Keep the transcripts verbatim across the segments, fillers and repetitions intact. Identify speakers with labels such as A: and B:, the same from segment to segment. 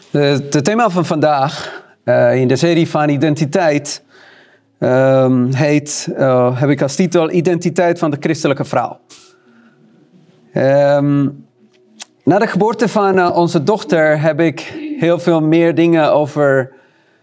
A: Het thema van vandaag uh, in de serie van identiteit um, heet, uh, heb ik als titel Identiteit van de christelijke vrouw. Um, na de geboorte van uh, onze dochter heb ik heel veel meer dingen over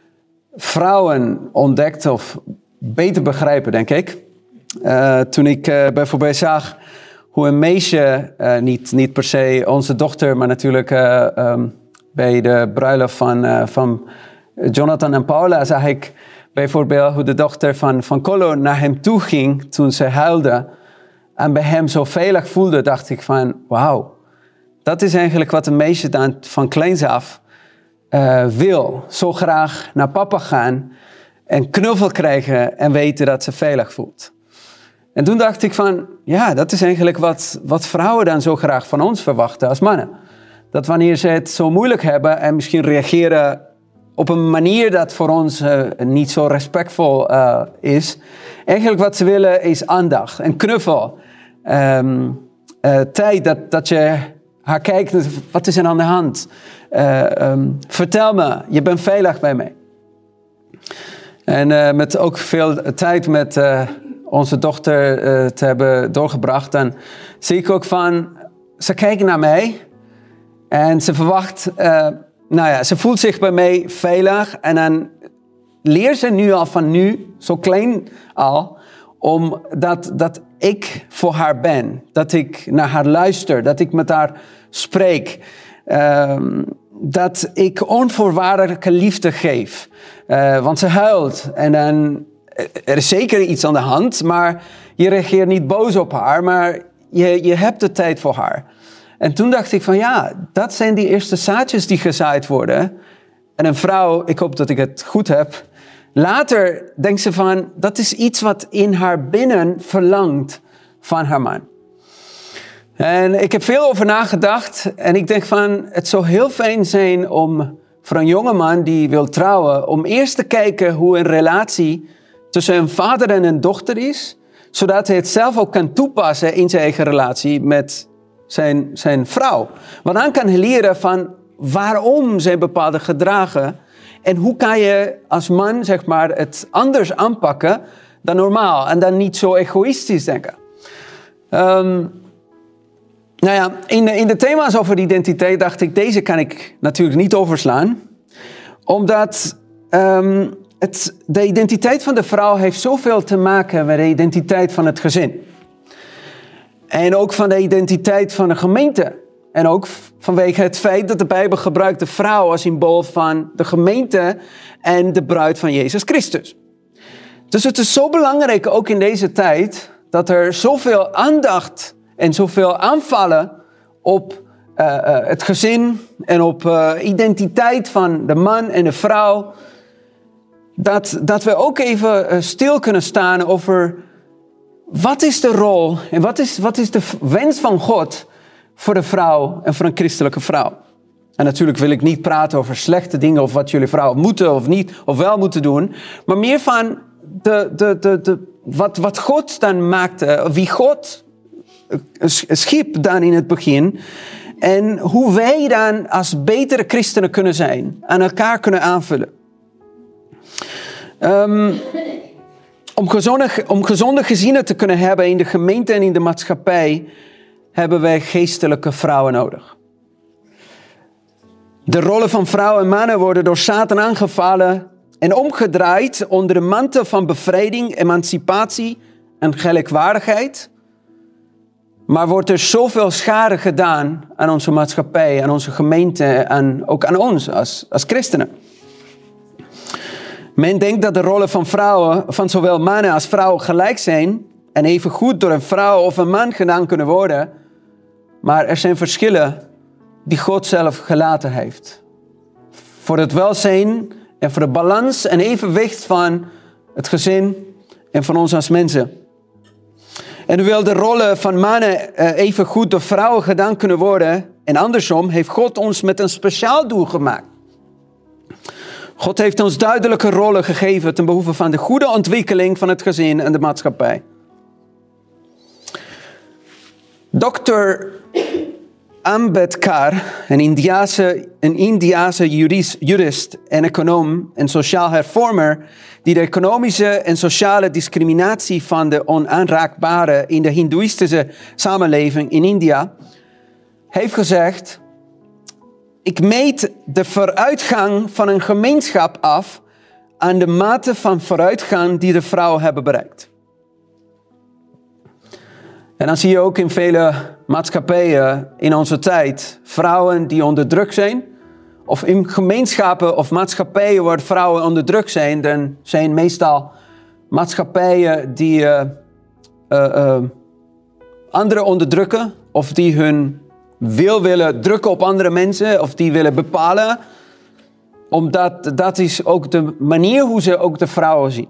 A: vrouwen ontdekt of beter begrijpen, denk ik. Uh, toen ik uh, bijvoorbeeld zag hoe een meisje, uh, niet, niet per se onze dochter, maar natuurlijk uh, um, bij de bruiloft van, uh, van Jonathan en Paula, zag ik bijvoorbeeld hoe de dochter van, van Colo naar hem toe ging toen ze huilde en bij hem zo veilig voelde, dacht ik van wauw, dat is eigenlijk wat een meisje dan van kleins af uh, wil. Zo graag naar papa gaan en knuffel krijgen en weten dat ze veilig voelt. En toen dacht ik van, ja, dat is eigenlijk wat, wat vrouwen dan zo graag van ons verwachten als mannen. Dat wanneer ze het zo moeilijk hebben en misschien reageren op een manier dat voor ons uh, niet zo respectvol uh, is. Eigenlijk wat ze willen is aandacht en knuffel. Um, uh, tijd dat, dat je haar kijkt, wat is er aan de hand? Uh, um, vertel me, je bent veilig bij mij. En uh, met ook veel tijd met uh, onze dochter uh, te hebben doorgebracht, dan zie ik ook van, ze kijken naar mij en ze verwacht, uh, nou ja, ze voelt zich bij mij veilig en dan leert ze nu al van nu, zo klein al, om dat, dat ik voor haar ben, dat ik naar haar luister, dat ik met haar spreek, um, dat ik onvoorwaardelijke liefde geef. Uh, want ze huilt en dan, er is zeker iets aan de hand, maar je reageert niet boos op haar, maar je, je hebt de tijd voor haar. En toen dacht ik van ja, dat zijn die eerste zaadjes die gezaaid worden. En een vrouw, ik hoop dat ik het goed heb, later denkt ze van, dat is iets wat in haar binnen verlangt van haar man. En ik heb veel over nagedacht en ik denk van, het zou heel fijn zijn om voor een jongeman die wil trouwen, om eerst te kijken hoe een relatie tussen een vader en een dochter is, zodat hij het zelf ook kan toepassen in zijn eigen relatie met zijn, zijn vrouw. Want dan kan hij leren van waarom zij bepaalde gedragen en hoe kan je als man zeg maar, het anders aanpakken dan normaal en dan niet zo egoïstisch denken. Um, nou ja, in de, in de thema's over identiteit dacht ik, deze kan ik natuurlijk niet overslaan, omdat um, het, de identiteit van de vrouw heeft zoveel te maken met de identiteit van het gezin. En ook van de identiteit van de gemeente. En ook vanwege het feit dat de Bijbel gebruikt de vrouw als symbool van de gemeente en de bruid van Jezus Christus. Dus het is zo belangrijk, ook in deze tijd, dat er zoveel aandacht en zoveel aanvallen op uh, uh, het gezin en op uh, identiteit van de man en de vrouw, dat, dat we ook even uh, stil kunnen staan over wat is de rol en wat is, wat is de wens van God voor de vrouw en voor een christelijke vrouw. En natuurlijk wil ik niet praten over slechte dingen of wat jullie vrouwen moeten of niet of wel moeten doen, maar meer van de, de, de, de, wat, wat God dan maakte, wie God schiep dan in het begin en hoe wij dan als betere christenen kunnen zijn, aan elkaar kunnen aanvullen. Um, om, gezonde, om gezonde gezinnen te kunnen hebben in de gemeente en in de maatschappij, hebben wij geestelijke vrouwen nodig. De rollen van vrouwen en mannen worden door Satan aangevallen en omgedraaid onder de mantel van bevrijding, emancipatie en gelijkwaardigheid. Maar wordt er zoveel schade gedaan aan onze maatschappij, aan onze gemeente en ook aan ons als, als christenen. Men denkt dat de rollen van vrouwen, van zowel mannen als vrouwen gelijk zijn en even goed door een vrouw of een man gedaan kunnen worden. Maar er zijn verschillen die God zelf gelaten heeft. Voor het welzijn en voor de balans en evenwicht van het gezin en van ons als mensen. En hoewel de rollen van mannen even goed door vrouwen gedaan kunnen worden en andersom, heeft God ons met een speciaal doel gemaakt. God heeft ons duidelijke rollen gegeven ten behoeve van de goede ontwikkeling van het gezin en de maatschappij. dokter Ambedkar, een Indiase, een Indiase jurist, jurist en econoom en sociaal hervormer, die de economische en sociale discriminatie van de onaanraakbaren in de hindoeïstische samenleving in India, heeft gezegd: ik meet de vooruitgang van een gemeenschap af aan de mate van vooruitgang die de vrouwen hebben bereikt. En dan zie je ook in vele maatschappijen in onze tijd vrouwen die onder druk zijn. Of in gemeenschappen of maatschappijen waar vrouwen onder druk zijn, dan zijn meestal maatschappijen die uh, uh, uh, anderen onderdrukken. Of die hun wil willen drukken op andere mensen. Of die willen bepalen. Omdat dat is ook de manier hoe ze ook de vrouwen zien.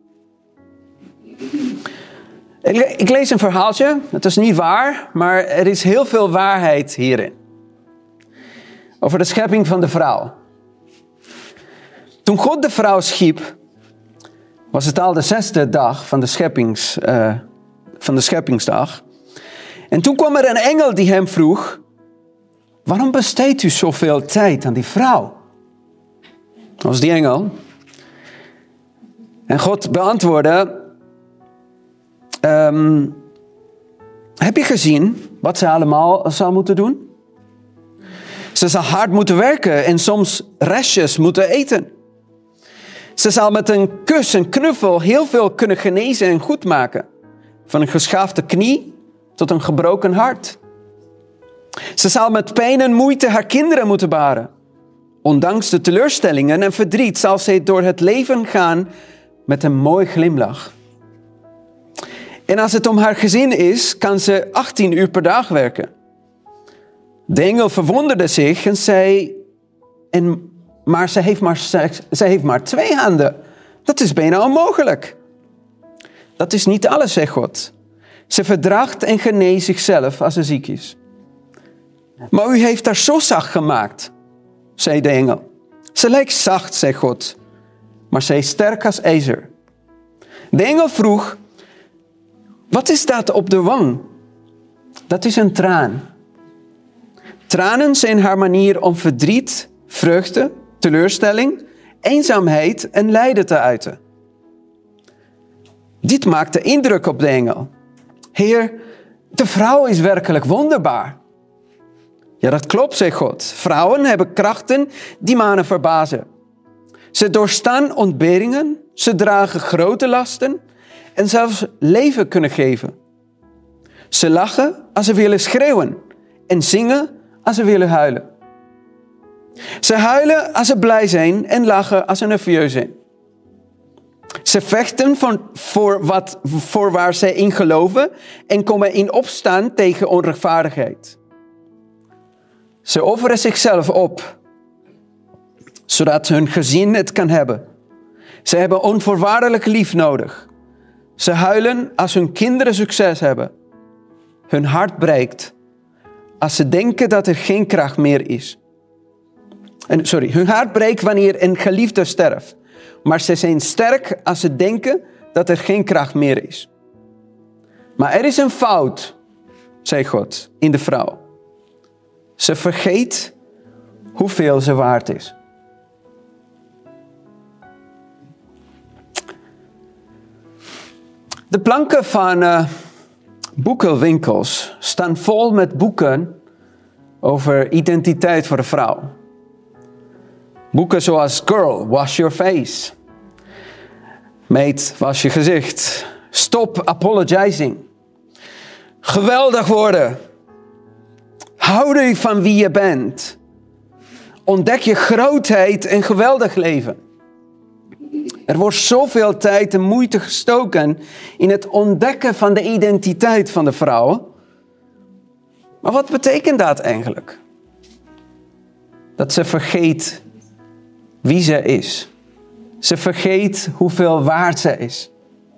A: Ik lees een verhaaltje, het is niet waar, maar er is heel veel waarheid hierin. Over de schepping van de vrouw. Toen God de vrouw schiep, was het al de zesde dag van de, scheppings, uh, van de scheppingsdag. En toen kwam er een engel die hem vroeg: waarom besteedt u zoveel tijd aan die vrouw? Dat was die engel. En God beantwoordde: Um, heb je gezien wat ze allemaal zou moeten doen? Ze zal hard moeten werken en soms restjes moeten eten. Ze zal met een kus en knuffel heel veel kunnen genezen en goed maken. Van een geschaafde knie tot een gebroken hart. Ze zal met pijn en moeite haar kinderen moeten baren. Ondanks de teleurstellingen en verdriet zal ze door het leven gaan met een mooi glimlach. En als het om haar gezin is, kan ze achttien uur per dag werken. De engel verwonderde zich en zei: en, maar, ze heeft maar ze heeft maar twee handen. Dat is bijna onmogelijk. Dat is niet alles, zegt God. Ze verdraagt en geneest zichzelf als ze ziek is. Maar u heeft haar zo zacht gemaakt, zei de engel. Ze lijkt zacht, zei God, maar zij is sterk als ijzer. De engel vroeg: wat is dat op de wang? Dat is een traan. Tranen zijn haar manier om verdriet, vreugde, teleurstelling, eenzaamheid en lijden te uiten. Dit maakte indruk op de engel. Heer, de vrouw is werkelijk wonderbaar. Ja, dat klopt, zei God. Vrouwen hebben krachten die mannen verbazen. Ze doorstaan ontberingen, ze dragen grote lasten en zelfs leven kunnen geven. Ze lachen als ze willen schreeuwen en zingen als ze willen huilen. Ze huilen als ze blij zijn en lachen als ze nerveus zijn. Ze vechten voor, voor, wat, voor waar ze in geloven en komen in opstand tegen onrechtvaardigheid. Ze offeren zichzelf op, zodat hun gezin het kan hebben. Ze hebben onvoorwaardelijk lief nodig. Ze huilen als hun kinderen succes hebben. Hun hart breekt als ze denken dat er geen kracht meer is. En, sorry, hun hart breekt wanneer een geliefde sterft. Maar ze zijn sterk als ze denken dat er geen kracht meer is. Maar er is een fout, zei God, in de vrouw. Ze vergeet hoeveel ze waard is. De planken van uh, boekenwinkels staan vol met boeken over identiteit voor de vrouw. Boeken zoals Girl, Wash Your Face. Meid, was je gezicht. Stop apologizing. Geweldig worden. Hou je van wie je bent. Ontdek je grootheid en geweldig leven. Er wordt zoveel tijd en moeite gestoken in het ontdekken van de identiteit van de vrouw. Maar wat betekent dat eigenlijk? Dat ze vergeet wie ze is. Ze vergeet hoeveel waard ze is.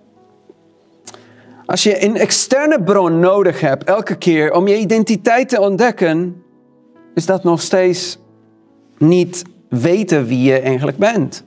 A: Als je een externe bron nodig hebt elke keer om je identiteit te ontdekken, is dat nog steeds niet weten wie je eigenlijk bent.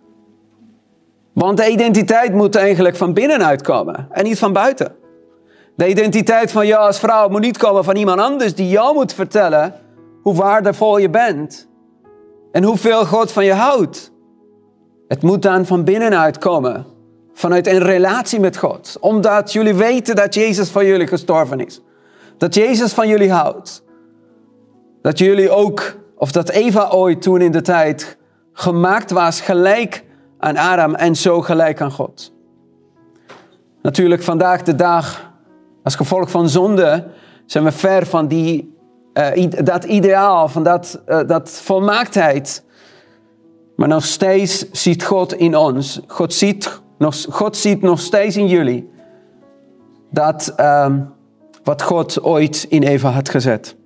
A: Want de identiteit moet eigenlijk van binnenuit komen en niet van buiten. De identiteit van jou als vrouw moet niet komen van iemand anders die jou moet vertellen hoe waardevol je bent. En hoeveel God van je houdt. Het moet dan van binnenuit komen. Vanuit een relatie met God. Omdat jullie weten dat Jezus voor jullie gestorven is. Dat Jezus van jullie houdt. Dat jullie ook, of dat Eva ooit toen in de tijd gemaakt was gelijk aan Adam en zo gelijk aan God. Natuurlijk vandaag de dag, als gevolg van zonde, zijn we ver van die, uh, dat ideaal, van dat, uh, dat volmaaktheid. Maar nog steeds ziet God in ons. God ziet nog, God ziet nog steeds in jullie. Dat um, wat God ooit in Eva had gezet.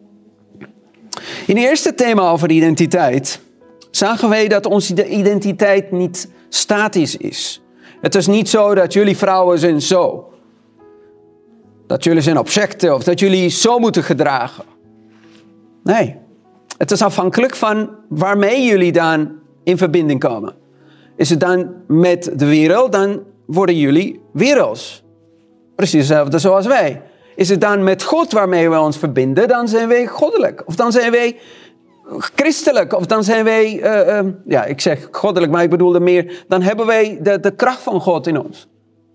A: In het eerste thema over identiteit zagen wij dat onze identiteit niet statisch is. Het is niet zo dat jullie vrouwen zijn zo. Dat jullie zijn objecten of dat jullie zo moeten gedragen. Nee, het is afhankelijk van waarmee jullie dan in verbinding komen. Is het dan met de wereld, dan worden jullie werelds. Precies hetzelfde zoals wij. Is het dan met God waarmee we ons verbinden, dan zijn wij goddelijk. Of dan zijn wij christelijk. Of dan zijn wij, uh, uh, ja ik zeg goddelijk, maar ik bedoelde meer, dan hebben wij de, de kracht van God in ons.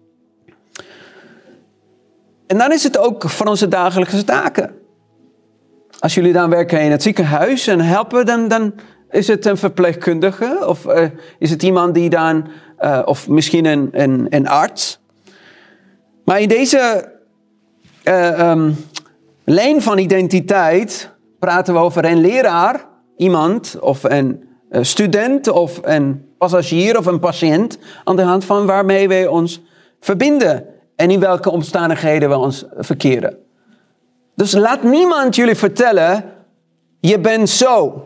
A: En dan is het ook van onze dagelijkse taken. Als jullie dan werken in het ziekenhuis en helpen, dan, dan is het een verpleegkundige. Of uh, is het iemand die dan, uh, of misschien een, een, een arts. Maar in deze uh, um, lijn van identiteit praten we over een leraar, iemand of een uh, student of een passagier of een patiënt aan de hand van waarmee wij ons verbinden en in welke omstandigheden we ons verkeren. Dus laat niemand jullie vertellen, je bent zo.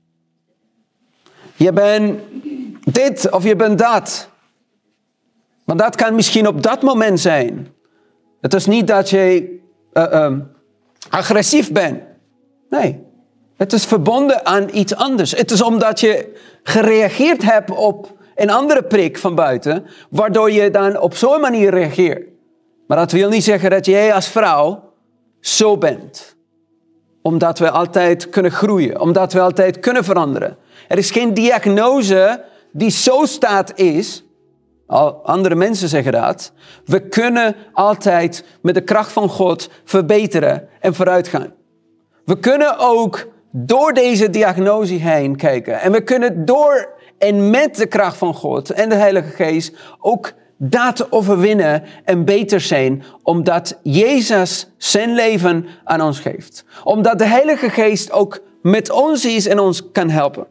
A: Je bent dit of je bent dat. Want dat kan misschien op dat moment zijn. Het is niet dat je uh, uh, agressief bent. Nee, het is verbonden aan iets anders. Het is omdat je gereageerd hebt op een andere prik van buiten, waardoor je dan op zo'n manier reageert. Maar dat wil niet zeggen dat jij als vrouw zo bent. Omdat we altijd kunnen groeien, omdat we altijd kunnen veranderen. Er is geen diagnose die zo staat is. Al andere mensen zeggen dat. We kunnen altijd met de kracht van God verbeteren en vooruitgaan. We kunnen ook door deze diagnose heen kijken. En we kunnen door en met de kracht van God en de Heilige Geest ook dat overwinnen en beter zijn. Omdat Jezus zijn leven aan ons geeft. Omdat de Heilige Geest ook met ons is en ons kan helpen.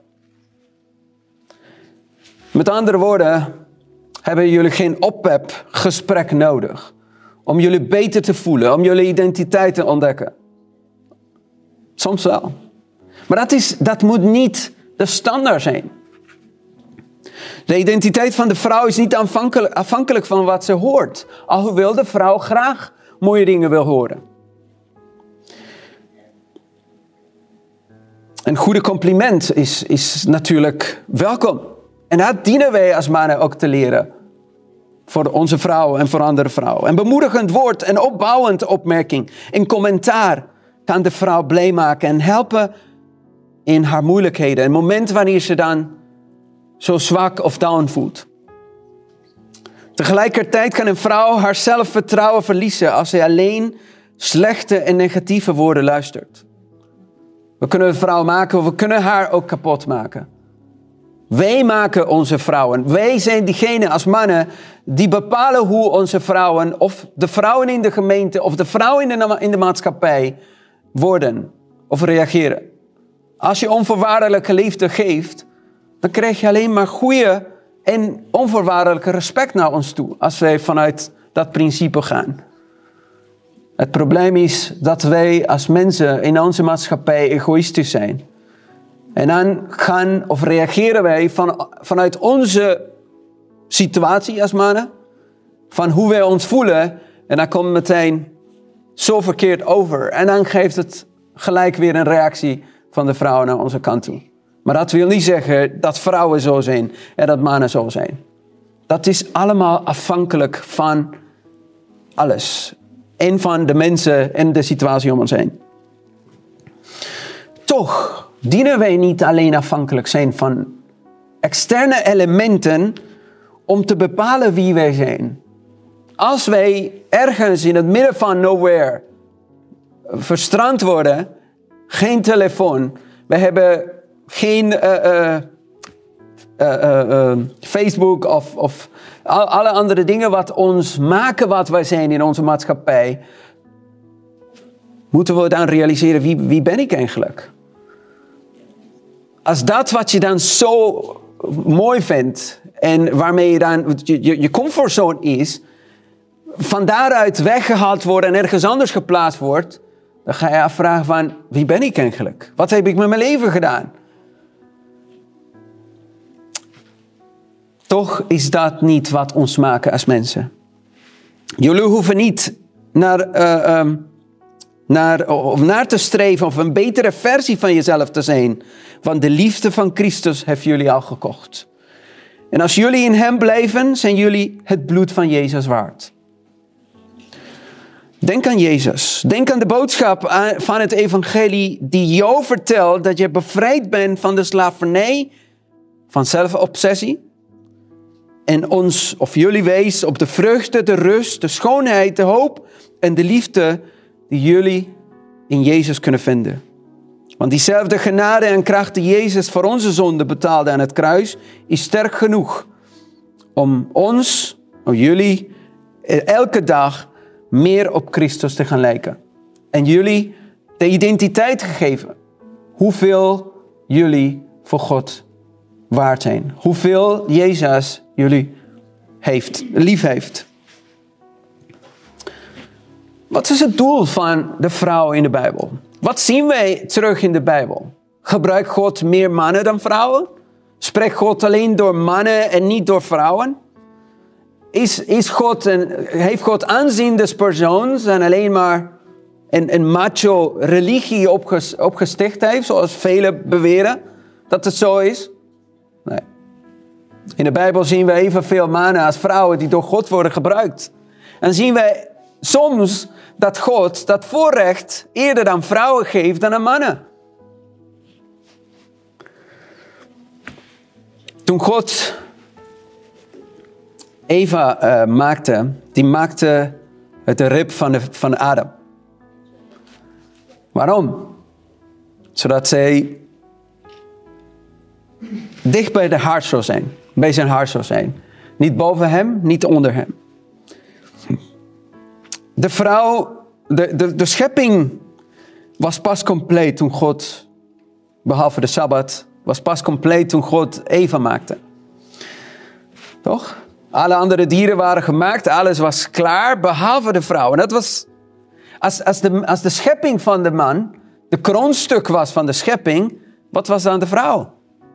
A: Met andere woorden, hebben jullie geen oppep gesprek nodig. Om jullie beter te voelen, om jullie identiteit te ontdekken. Soms wel. Maar dat, is, dat moet niet de standaard zijn. De identiteit van de vrouw is niet afhankelijk, afhankelijk van wat ze hoort. Alhoewel de vrouw graag mooie dingen wil horen. Een goede compliment is, is natuurlijk welkom. En dat dienen wij als mannen ook te leren. Voor onze vrouwen en voor andere vrouwen. Een bemoedigend woord, een opbouwend opmerking, een commentaar kan de vrouw blij maken en helpen in haar moeilijkheden. Een moment wanneer ze dan zo zwak of down voelt. Tegelijkertijd kan een vrouw haar zelfvertrouwen verliezen als zij alleen slechte en negatieve woorden luistert. We kunnen een vrouw maken of we kunnen haar ook kapot maken. Wij maken onze vrouwen. Wij zijn diegenen als mannen die bepalen hoe onze vrouwen of de vrouwen in de gemeente of de vrouwen in de, in de maatschappij worden of reageren. Als je onvoorwaardelijke liefde geeft, dan krijg je alleen maar goede en onvoorwaardelijke respect naar ons toe. Als wij vanuit dat principe gaan. Het probleem is dat wij als mensen in onze maatschappij egoïstisch zijn. En dan gaan of reageren wij van, vanuit onze situatie als mannen. Van hoe wij ons voelen. En dan komt het meteen zo verkeerd over. En dan geeft het gelijk weer een reactie van de vrouw naar onze kant toe. Maar dat wil niet zeggen dat vrouwen zo zijn en dat mannen zo zijn. Dat is allemaal afhankelijk van alles. en van de mensen en de situatie om ons heen. Toch dienen wij niet alleen afhankelijk zijn van externe elementen om te bepalen wie wij zijn. Als wij ergens in het midden van nowhere verstrand worden, geen telefoon, we hebben geen uh, uh, uh, uh, uh, Facebook of, of alle andere dingen wat ons maken wat wij zijn in onze maatschappij, moeten we dan realiseren, wie, wie ben ik eigenlijk? Als dat wat je dan zo mooi vindt en waarmee je dan je, je, je comfortzone is, van daaruit weggehaald wordt en ergens anders geplaatst wordt, dan ga je afvragen van, wie ben ik eigenlijk? Wat heb ik met mijn leven gedaan? Toch is dat niet wat ons maakt als mensen. Jullie hoeven niet naar, uh, um, naar, of naar te streven of een betere versie van jezelf te zijn. Want de liefde van Christus heeft jullie al gekocht. En als jullie in hem blijven, zijn jullie het bloed van Jezus waard. Denk aan Jezus. Denk aan de boodschap van het evangelie die jou vertelt dat je bevrijd bent van de slavernij, van zelfobsessie. En ons, of jullie wijst op de vruchten, de rust, de schoonheid, de hoop en de liefde die jullie in Jezus kunnen vinden. Want diezelfde genade en kracht die Jezus voor onze zonde betaalde aan het kruis, is sterk genoeg om ons, om jullie, elke dag meer op Christus te gaan lijken. En jullie de identiteit gegeven. Hoeveel jullie voor God waard zijn. Hoeveel Jezus jullie heeft, lief heeft. Wat is het doel van de vrouw in de Bijbel? Wat zien wij terug in de Bijbel? Gebruikt God meer mannen dan vrouwen? Spreekt God alleen door mannen en niet door vrouwen? Is, is God een, heeft God aanzien des persoons en alleen maar een, een macho religie opges, opgesticht heeft, zoals velen beweren dat het zo is? Nee. In de Bijbel zien we evenveel mannen als vrouwen die door God worden gebruikt. En zien wij soms dat God dat voorrecht eerder aan vrouwen geeft dan aan mannen. Toen God Eva uh, maakte, die maakte het rib van, de, van Adam. Waarom? Zodat zij dicht bij de hart zou zijn. Bij zijn hart zou zijn. Niet boven hem, niet onder hem. De vrouw, de, de, de schepping was pas compleet toen God, behalve de Sabbat, was pas compleet toen God Eva maakte. Toch? Alle andere dieren waren gemaakt, alles was klaar, behalve de vrouw. En dat was, als, als, de, als de schepping van de man de kroonstuk was van de schepping, wat was dan de vrouw?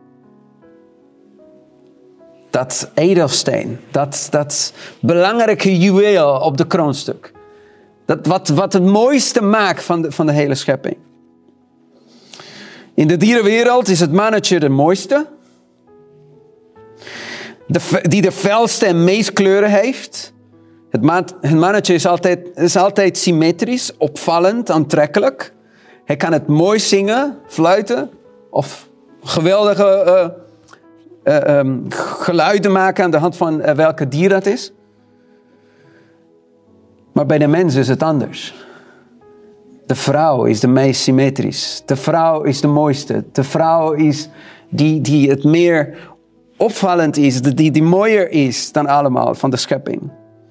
A: Dat edelsteen, dat, dat belangrijke juweel op de kroonstuk. Dat wat, wat het mooiste maakt van de, van de hele schepping. In de dierenwereld is het mannetje de mooiste. De, die de felste en meest kleuren heeft. Het, man, het mannetje is altijd, is altijd symmetrisch, opvallend, aantrekkelijk. Hij kan het mooi zingen, fluiten of geweldige uh, uh, um, geluiden maken aan de hand van uh, welke dier dat is. Maar bij de mens is het anders. De vrouw is de meest symmetrisch. De vrouw is de mooiste. De vrouw is die, die het meer opvallend is, die, die mooier is dan allemaal van de schepping.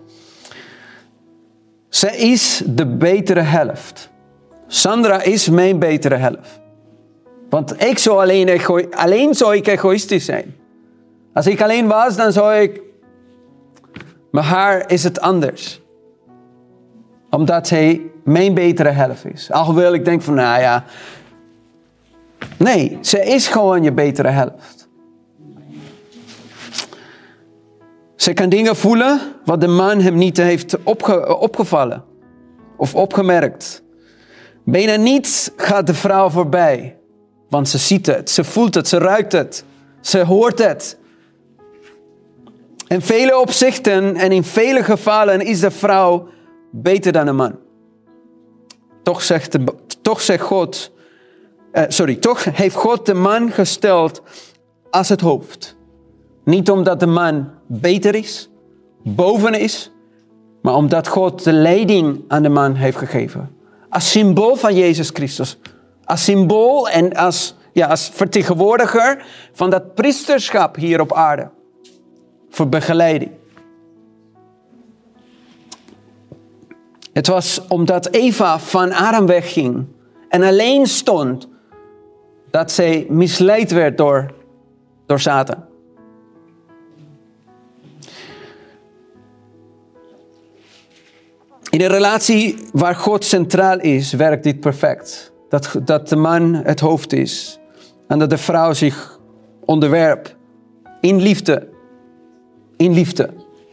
A: Zij is de betere helft. Sandra is mijn betere helft. Want ik zou alleen, ego- alleen zou ik egoïstisch zijn. Als ik alleen was, dan zou ik... Maar haar is het anders. Omdat zij mijn betere helft is. Alhoewel ik denk van, nou ja... Nee, zij is gewoon je betere helft. Zij kan dingen voelen wat de man hem niet heeft opge- opgevallen. Of opgemerkt. Bijna niets gaat de vrouw voorbij. Want ze ziet het, ze voelt het, ze ruikt het. Ze hoort het. In vele opzichten en in vele gevallen is de vrouw beter dan een man. Toch zegt, de, toch zegt God, uh, sorry, toch heeft God de man gesteld als het hoofd. Niet omdat de man beter is, boven is, maar omdat God de leiding aan de man heeft gegeven. Als symbool van Jezus Christus. Als symbool en als, ja, als vertegenwoordiger van dat priesterschap hier op aarde. Voor begeleiding. Het was omdat Eva van Adam wegging en alleen stond, dat zij misleid werd door, door Satan. In een relatie waar God centraal is, werkt dit perfect. Dat, dat de man het hoofd is en dat de vrouw zich onderwerpt in liefde. In liefde.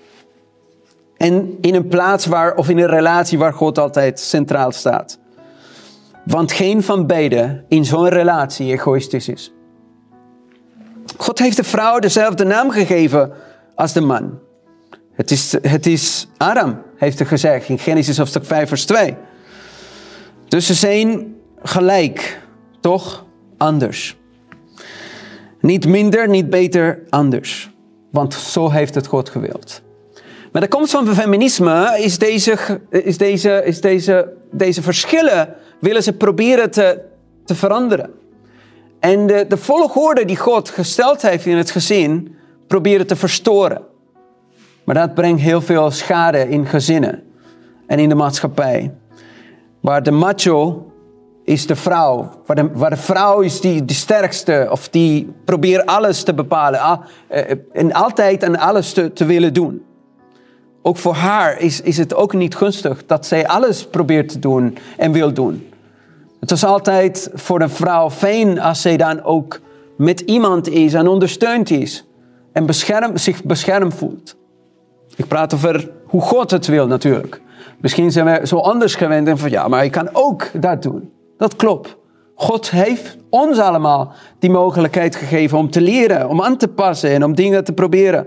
A: En in een plaats waar, of in een relatie waar God altijd centraal staat. Want geen van beiden in zo'n relatie egoïstisch is. God heeft de vrouw dezelfde naam gegeven als de man. Het is, het is Adam, heeft hij gezegd in Genesis hoofdstuk vijf vers twee. Dus ze zijn gelijk, toch anders. Niet minder, niet beter, anders. Want zo heeft het God gewild. Met de komst van het feminisme is deze, is deze, is deze, deze verschillen willen ze proberen te, te veranderen. En de, de volgorde die God gesteld heeft in het gezin, proberen te verstoren. Maar dat brengt heel veel schade in gezinnen en in de maatschappij. Waar de macho is de vrouw. Waar de, waar de vrouw is die de sterkste of die probeert alles te bepalen. Al, en altijd en alles te, te willen doen. Ook voor haar is, is het ook niet gunstig dat zij alles probeert te doen en wil doen. Het is altijd voor een vrouw fijn als zij dan ook met iemand is en ondersteund is. En bescherm, zich beschermd voelt. Ik praat over hoe God het wil natuurlijk. Misschien zijn we zo anders gewend en van ja, maar ik kan ook dat doen. Dat klopt. God heeft ons allemaal die mogelijkheid gegeven om te leren, om aan te passen en om dingen te proberen.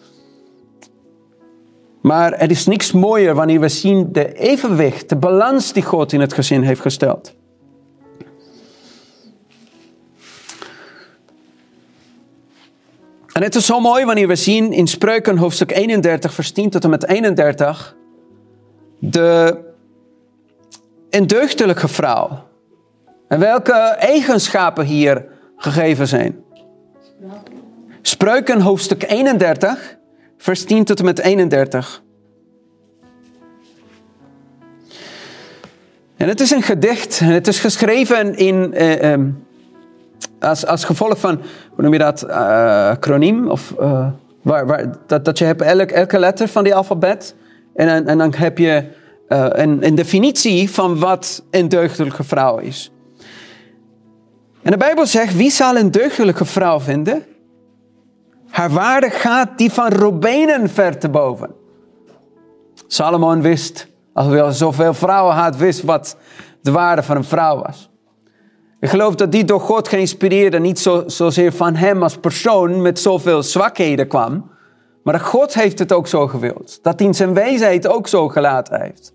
A: Maar er is niks mooier wanneer we zien de evenwicht, de balans die God in het gezin heeft gesteld. En het is zo mooi wanneer we zien in Spreuken hoofdstuk eenendertig, vers tien tot en met eenendertig, de ondeugdelijke vrouw. En welke eigenschappen hier gegeven zijn. Spreuken hoofdstuk eenendertig, vers tien tot en met eenendertig. En het is een gedicht. Het is geschreven in, uh, um, als, als gevolg van, hoe noem je dat, uh, acroniem? Of, uh, waar, waar, dat, dat je hebt elk, elke letter van die alfabet. En, en dan heb je uh, een, een definitie van wat een deugdelijke vrouw is. En de Bijbel zegt, wie zal een deugdelijke vrouw vinden? Haar waarde gaat die van robijnen ver te boven. Salomon wist, alhoewel hij zoveel vrouwen had, wist wat de waarde van een vrouw was. Ik geloof dat die door God geïnspireerd, niet zo, zozeer van hem als persoon met zoveel zwakheden kwam. Maar dat God heeft het ook zo gewild. Dat hij in zijn wijsheid ook zo gelaten heeft.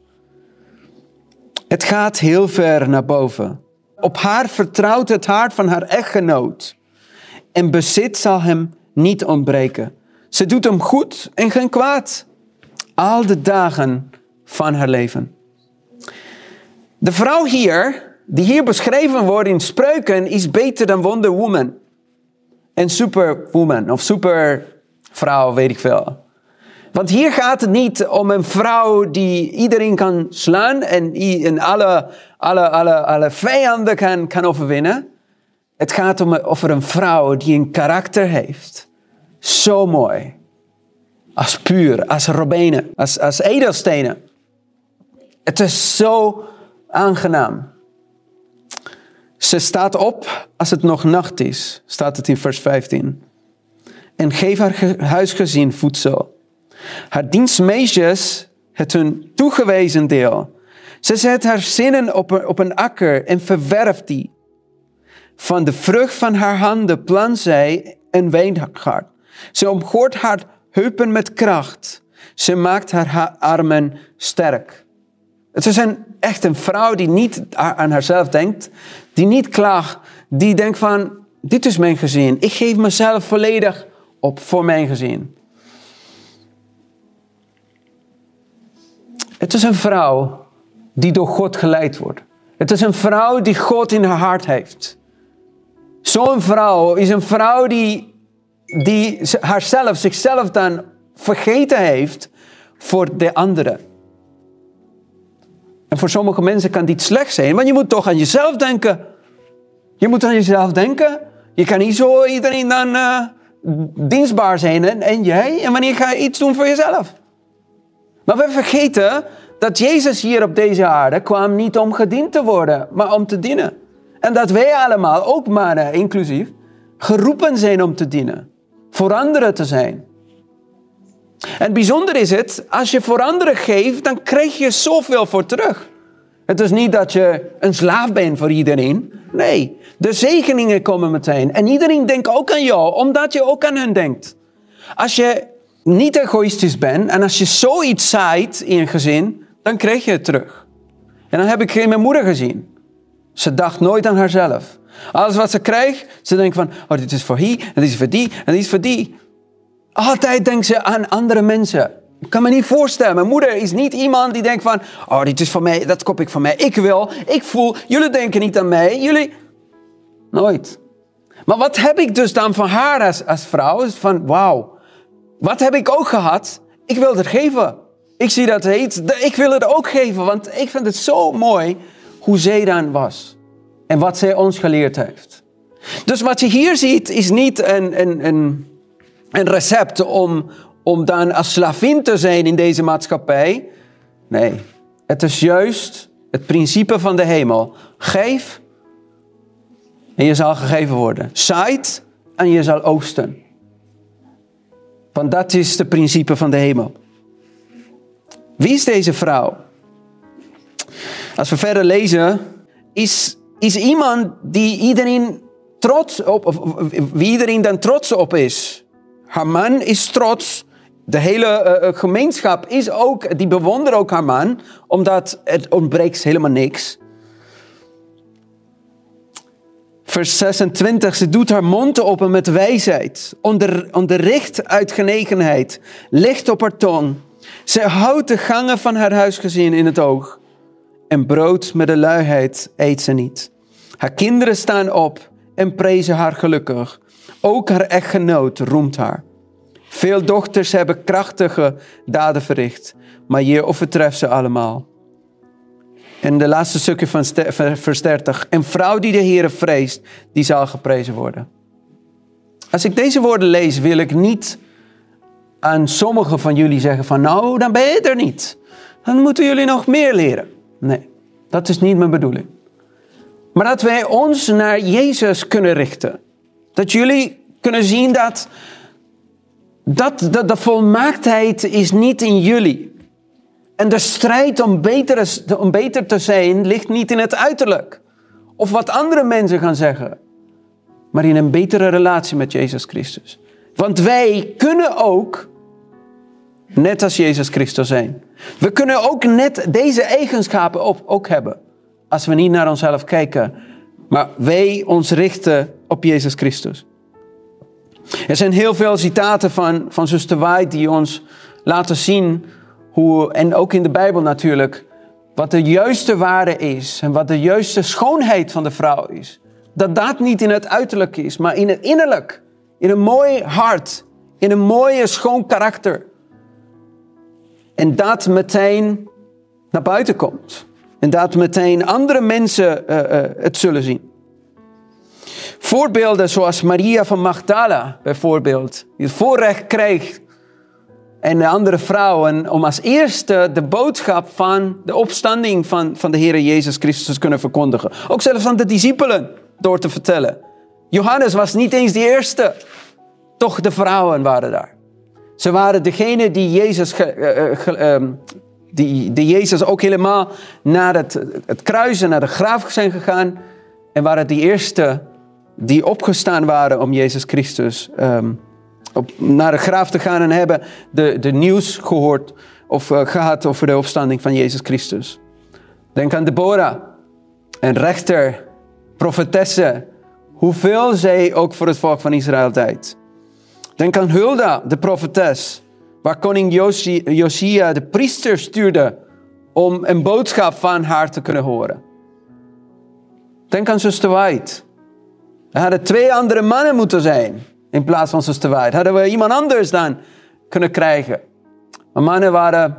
A: Het gaat heel ver naar boven. Op haar vertrouwt het hart van haar echtgenoot. En bezit zal hem niet ontbreken. Ze doet hem goed en geen kwaad. Al de dagen van haar leven. De vrouw hier, die hier beschreven wordt in Spreuken, is beter dan Wonder Woman. En Superwoman of Supervrouw, weet ik veel. Want hier gaat het niet om een vrouw die iedereen kan slaan en, en alle, alle, alle, alle vijanden kan, kan overwinnen. Het gaat om over een vrouw die een karakter heeft. Zo mooi. Als puur, als robijnen, als, als edelstenen. Het is zo aangenaam. Ze staat op als het nog nacht is, staat het in vers vijftien. En geef haar huisgezin voedsel. Haar dienstmeisjes het hun toegewezen deel. Ze zet haar zinnen op een, op een akker en verwerft die. Van de vrucht van haar handen plant zij een wijngaard. Ze omgooit haar heupen met kracht. Ze maakt haar armen sterk. Het is een echt een vrouw die niet aan haarzelf denkt, die niet klaagt, die denkt van, dit is mijn gezin. Ik geef mezelf volledig op voor mijn gezin. Het is een vrouw die door God geleid wordt. Het is een vrouw die God in haar hart heeft. Zo'n vrouw is een vrouw die, die haarzelf, zichzelf dan vergeten heeft voor de anderen. En voor sommige mensen kan dit slecht zijn, want je moet toch aan jezelf denken. Je moet aan jezelf denken. Je kan niet zo iedereen dan uh, dienstbaar zijn en, en jij. En wanneer ga je iets doen voor jezelf? Maar we vergeten dat Jezus hier op deze aarde kwam niet om gediend te worden, maar om te dienen. En dat wij allemaal, ook mannen inclusief, geroepen zijn om te dienen. Voor anderen te zijn. En bijzonder is het, als je voor anderen geeft, dan krijg je zoveel voor terug. Het is niet dat je een slaaf bent voor iedereen. Nee, de zegeningen komen meteen. En iedereen denkt ook aan jou, omdat je ook aan hen denkt. Als je niet egoïstisch bent en als je zoiets zaait in een gezin, dan krijg je het terug. En dan heb ik geen mijn moeder gezien. Ze dacht nooit aan haarzelf. Alles wat ze krijgt, ze denkt van, oh, dit is voor die, en dit is voor die, en dit is voor die. Altijd denkt ze aan andere mensen. Ik kan me niet voorstellen. Mijn moeder is niet iemand die denkt van, oh, dit is voor mij, dat koop ik voor mij. Ik wil, ik voel, jullie denken niet aan mij. Jullie, nooit. Maar wat heb ik dus dan van haar als, als vrouw? Is van, wauw. Wat heb ik ook gehad? Ik wil het geven. Ik zie dat heet, ik wil het ook geven. Want ik vind het zo mooi hoe zij dan was. En wat zij ons geleerd heeft. Dus wat je hier ziet is niet een, een, een, een recept om, om dan als slavin te zijn in deze maatschappij. Nee, het is juist het principe van de hemel. Geef en je zal gegeven worden. Zaait en je zal oogsten. Want dat is het principe van de hemel. Wie is deze vrouw? Als we verder lezen, is, is iemand die iedereen trots op, of, of, wie iedereen dan trots op is. Haar man is trots. De hele uh, gemeenschap is ook, die bewondert ook haar man, omdat het ontbreekt helemaal niks. Vers zesentwintig, ze doet haar mond open met wijsheid, onder, onderricht uit genegenheid, licht op haar tong. Ze houdt de gangen van haar huisgezin in het oog. En brood met de luiheid eet ze niet. Haar kinderen staan op en prezen haar gelukkig. Ook haar echtgenoot roemt haar. Veel dochters hebben krachtige daden verricht, maar je overtreft ze allemaal. En de laatste stukje van vers dertig. Een vrouw die de Heere vreest, die zal geprezen worden. Als ik deze woorden lees, wil ik niet aan sommigen van jullie zeggen van, nou, dan ben je er niet. Dan moeten jullie nog meer leren. Nee, dat is niet mijn bedoeling. Maar dat wij ons naar Jezus kunnen richten. Dat jullie kunnen zien dat, dat, dat de volmaaktheid is niet in jullie. En de strijd om beter, om beter te zijn ligt niet in het uiterlijk. Of wat andere mensen gaan zeggen. Maar in een betere relatie met Jezus Christus. Want wij kunnen ook net als Jezus Christus zijn. We kunnen ook net deze eigenschappen op, ook hebben. Als we niet naar onszelf kijken. Maar wij ons richten op Jezus Christus. Er zijn heel veel citaten van, van zuster White die ons laten zien hoe, en ook in de Bijbel natuurlijk, wat de juiste waarde is en wat de juiste schoonheid van de vrouw is. Dat dat niet in het uiterlijk is, maar in het innerlijk. In een mooi hart, in een mooie schoon karakter. En dat meteen naar buiten komt. En dat meteen andere mensen uh, uh, het zullen zien. Voorbeelden zoals Maria van Magdala bijvoorbeeld. Die het voorrecht krijgt. En de andere vrouwen om als eerste de boodschap van de opstanding van, van de Heer Jezus Christus kunnen verkondigen. Ook zelfs aan de discipelen door te vertellen. Johannes was niet eens de eerste. Toch de vrouwen waren daar. Ze waren degene die Jezus, ge, uh, ge, um, die, die Jezus ook helemaal naar het, het kruis en naar de graf zijn gegaan. En waren die eerste die opgestaan waren om Jezus Christus um, op, naar de graf te gaan en hebben de, de nieuws gehoord of uh, gehad over de opstanding van Jezus Christus. Denk aan Deborah, een rechter, profetesse. Hoeveel zij ook voor het volk van Israël deed. Denk aan Hulda, de profetes. Waar koning Josia de priester stuurde om een boodschap van haar te kunnen horen. Denk aan zuster White. Er hadden twee andere mannen moeten zijn in plaats van zuster White. Hadden we iemand anders dan kunnen krijgen. Maar mannen waren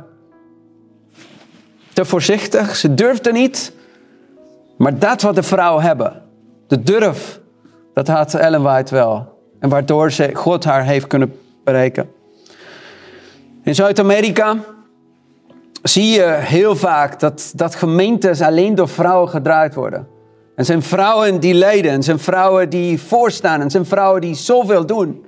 A: te voorzichtig. Ze durfden niet. Maar dat wat de vrouwen hebben. De durf. Dat had Ellen White wel. En waardoor ze God haar heeft kunnen bereiken. In Zuid-Amerika zie je heel vaak dat, dat gemeentes alleen door vrouwen gedraaid worden. En zijn vrouwen die leiden. En zijn vrouwen die voorstaan. En zijn vrouwen die zoveel doen.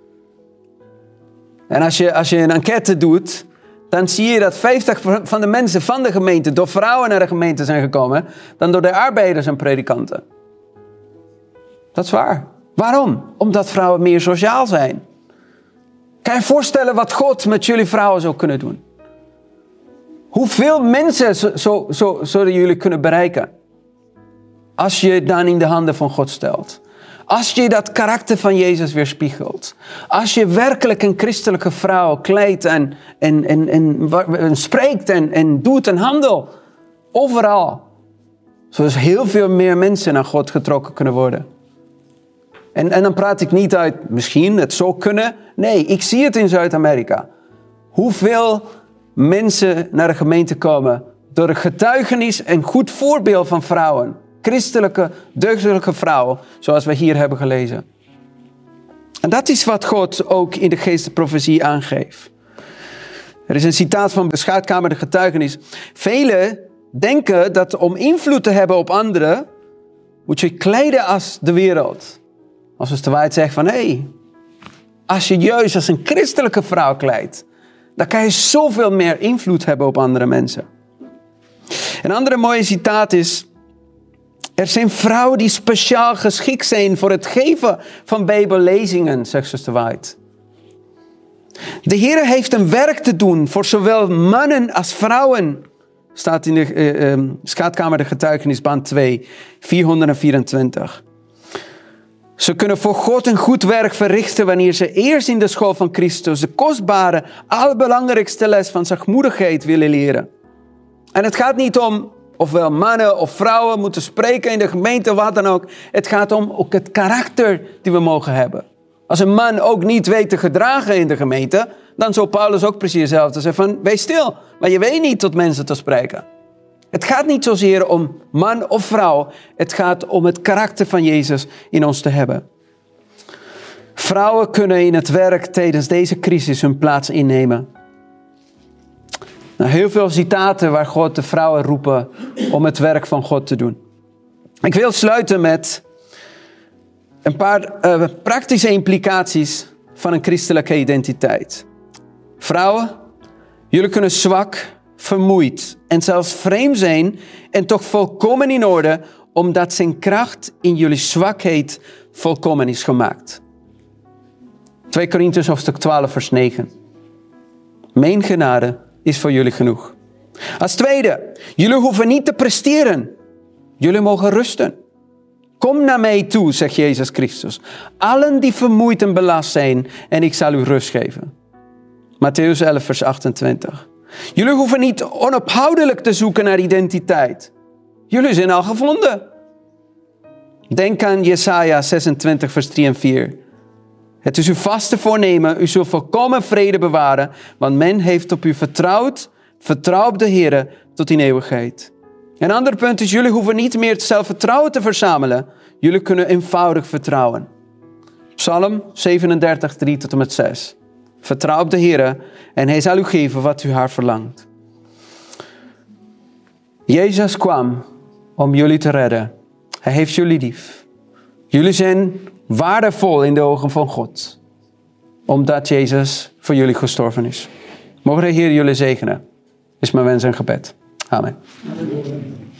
A: En als je, als je een enquête doet, dan zie je dat vijftig van de mensen van de gemeente door vrouwen naar de gemeente zijn gekomen, dan door de arbeiders en predikanten. Dat is waar. Waarom? Omdat vrouwen meer sociaal zijn. Kan je je voorstellen wat God met jullie vrouwen zou kunnen doen? Hoeveel mensen zo, zo, zo, zouden jullie kunnen bereiken? Als je het dan in de handen van God stelt. Als je dat karakter van Jezus weerspiegelt. Als je werkelijk een christelijke vrouw kleidt en, en, en, en, en spreekt en, en doet en handelt. Overal. Zodat heel veel meer mensen naar God getrokken kunnen worden. En, en dan praat ik niet uit misschien het zou kunnen. Nee, ik zie het in Zuid-Amerika. Hoeveel mensen naar de gemeente komen door de getuigenis en goed voorbeeld van vrouwen. Christelijke, deugdelijke vrouwen, zoals we hier hebben gelezen. En dat is wat God ook in de geestelijke aangeeft. Er is een citaat van de Schaatkamer de Getuigenis. Velen denken dat om invloed te hebben op anderen, moet je kleden als de wereld. Als we de waarheid zeggen van, hé, hey, als je juist als een christelijke vrouw kleidt, dan kan je zoveel meer invloed hebben op andere mensen. Een andere mooie citaat is, er zijn vrouwen die speciaal geschikt zijn voor het geven van bijbellezingen, zegt zuster White. De Heer heeft een werk te doen voor zowel mannen als vrouwen. Staat in de uh, uh, Schaatkamer de Getuigenis, band twee, vierhonderdvierentwintig. Ze kunnen voor God een goed werk verrichten wanneer ze eerst in de school van Christus de kostbare, allerbelangrijkste les van zachtmoedigheid willen leren. En het gaat niet om ofwel mannen of vrouwen moeten spreken in de gemeente, wat dan ook. Het gaat om ook het karakter die we mogen hebben. Als een man ook niet weet te gedragen in de gemeente, dan zou Paulus ook precies hetzelfde zeggen van, wees stil, maar je weet niet tot mensen te spreken. Het gaat niet zozeer om man of vrouw, het gaat om het karakter van Jezus in ons te hebben. Vrouwen kunnen in het werk tijdens deze crisis hun plaats innemen. Nou, heel veel citaten waar God de vrouwen roepen om het werk van God te doen. Ik wil sluiten met een paar uh, praktische implicaties van een christelijke identiteit. Vrouwen, jullie kunnen zwak, vermoeid en zelfs vreemd zijn en toch volkomen in orde, omdat zijn kracht in jullie zwakheid volkomen is gemaakt. twee Korintiërs hoofdstuk twaalf vers negen. Mijn genade is voor jullie genoeg. Als tweede, jullie hoeven niet te presteren. Jullie mogen rusten. Kom naar mij toe, zegt Jezus Christus. Allen die vermoeid en belast zijn, en ik zal u rust geven. Mattheüs elf vers achtentwintig. Jullie hoeven niet onophoudelijk te zoeken naar identiteit. Jullie zijn al gevonden. Denk aan Jesaja zesentwintig vers drie en vier. Het is uw vaste voornemen, u zult volkomen vrede bewaren, want men heeft op u vertrouwd. Vertrouw op de Heer tot in eeuwigheid. Een ander punt is, jullie hoeven niet meer zelfvertrouwen te verzamelen. Jullie kunnen eenvoudig vertrouwen. Psalm zevenendertig, drie tot en met zes. Vertrouw op de Heer en hij zal u geven wat u haar verlangt. Jezus kwam om jullie te redden. Hij heeft jullie lief. Jullie zijn waardevol in de ogen van God. Omdat Jezus voor jullie gestorven is. Mogen de Heer jullie zegenen. Is mijn wens en gebed. Amen. Amen.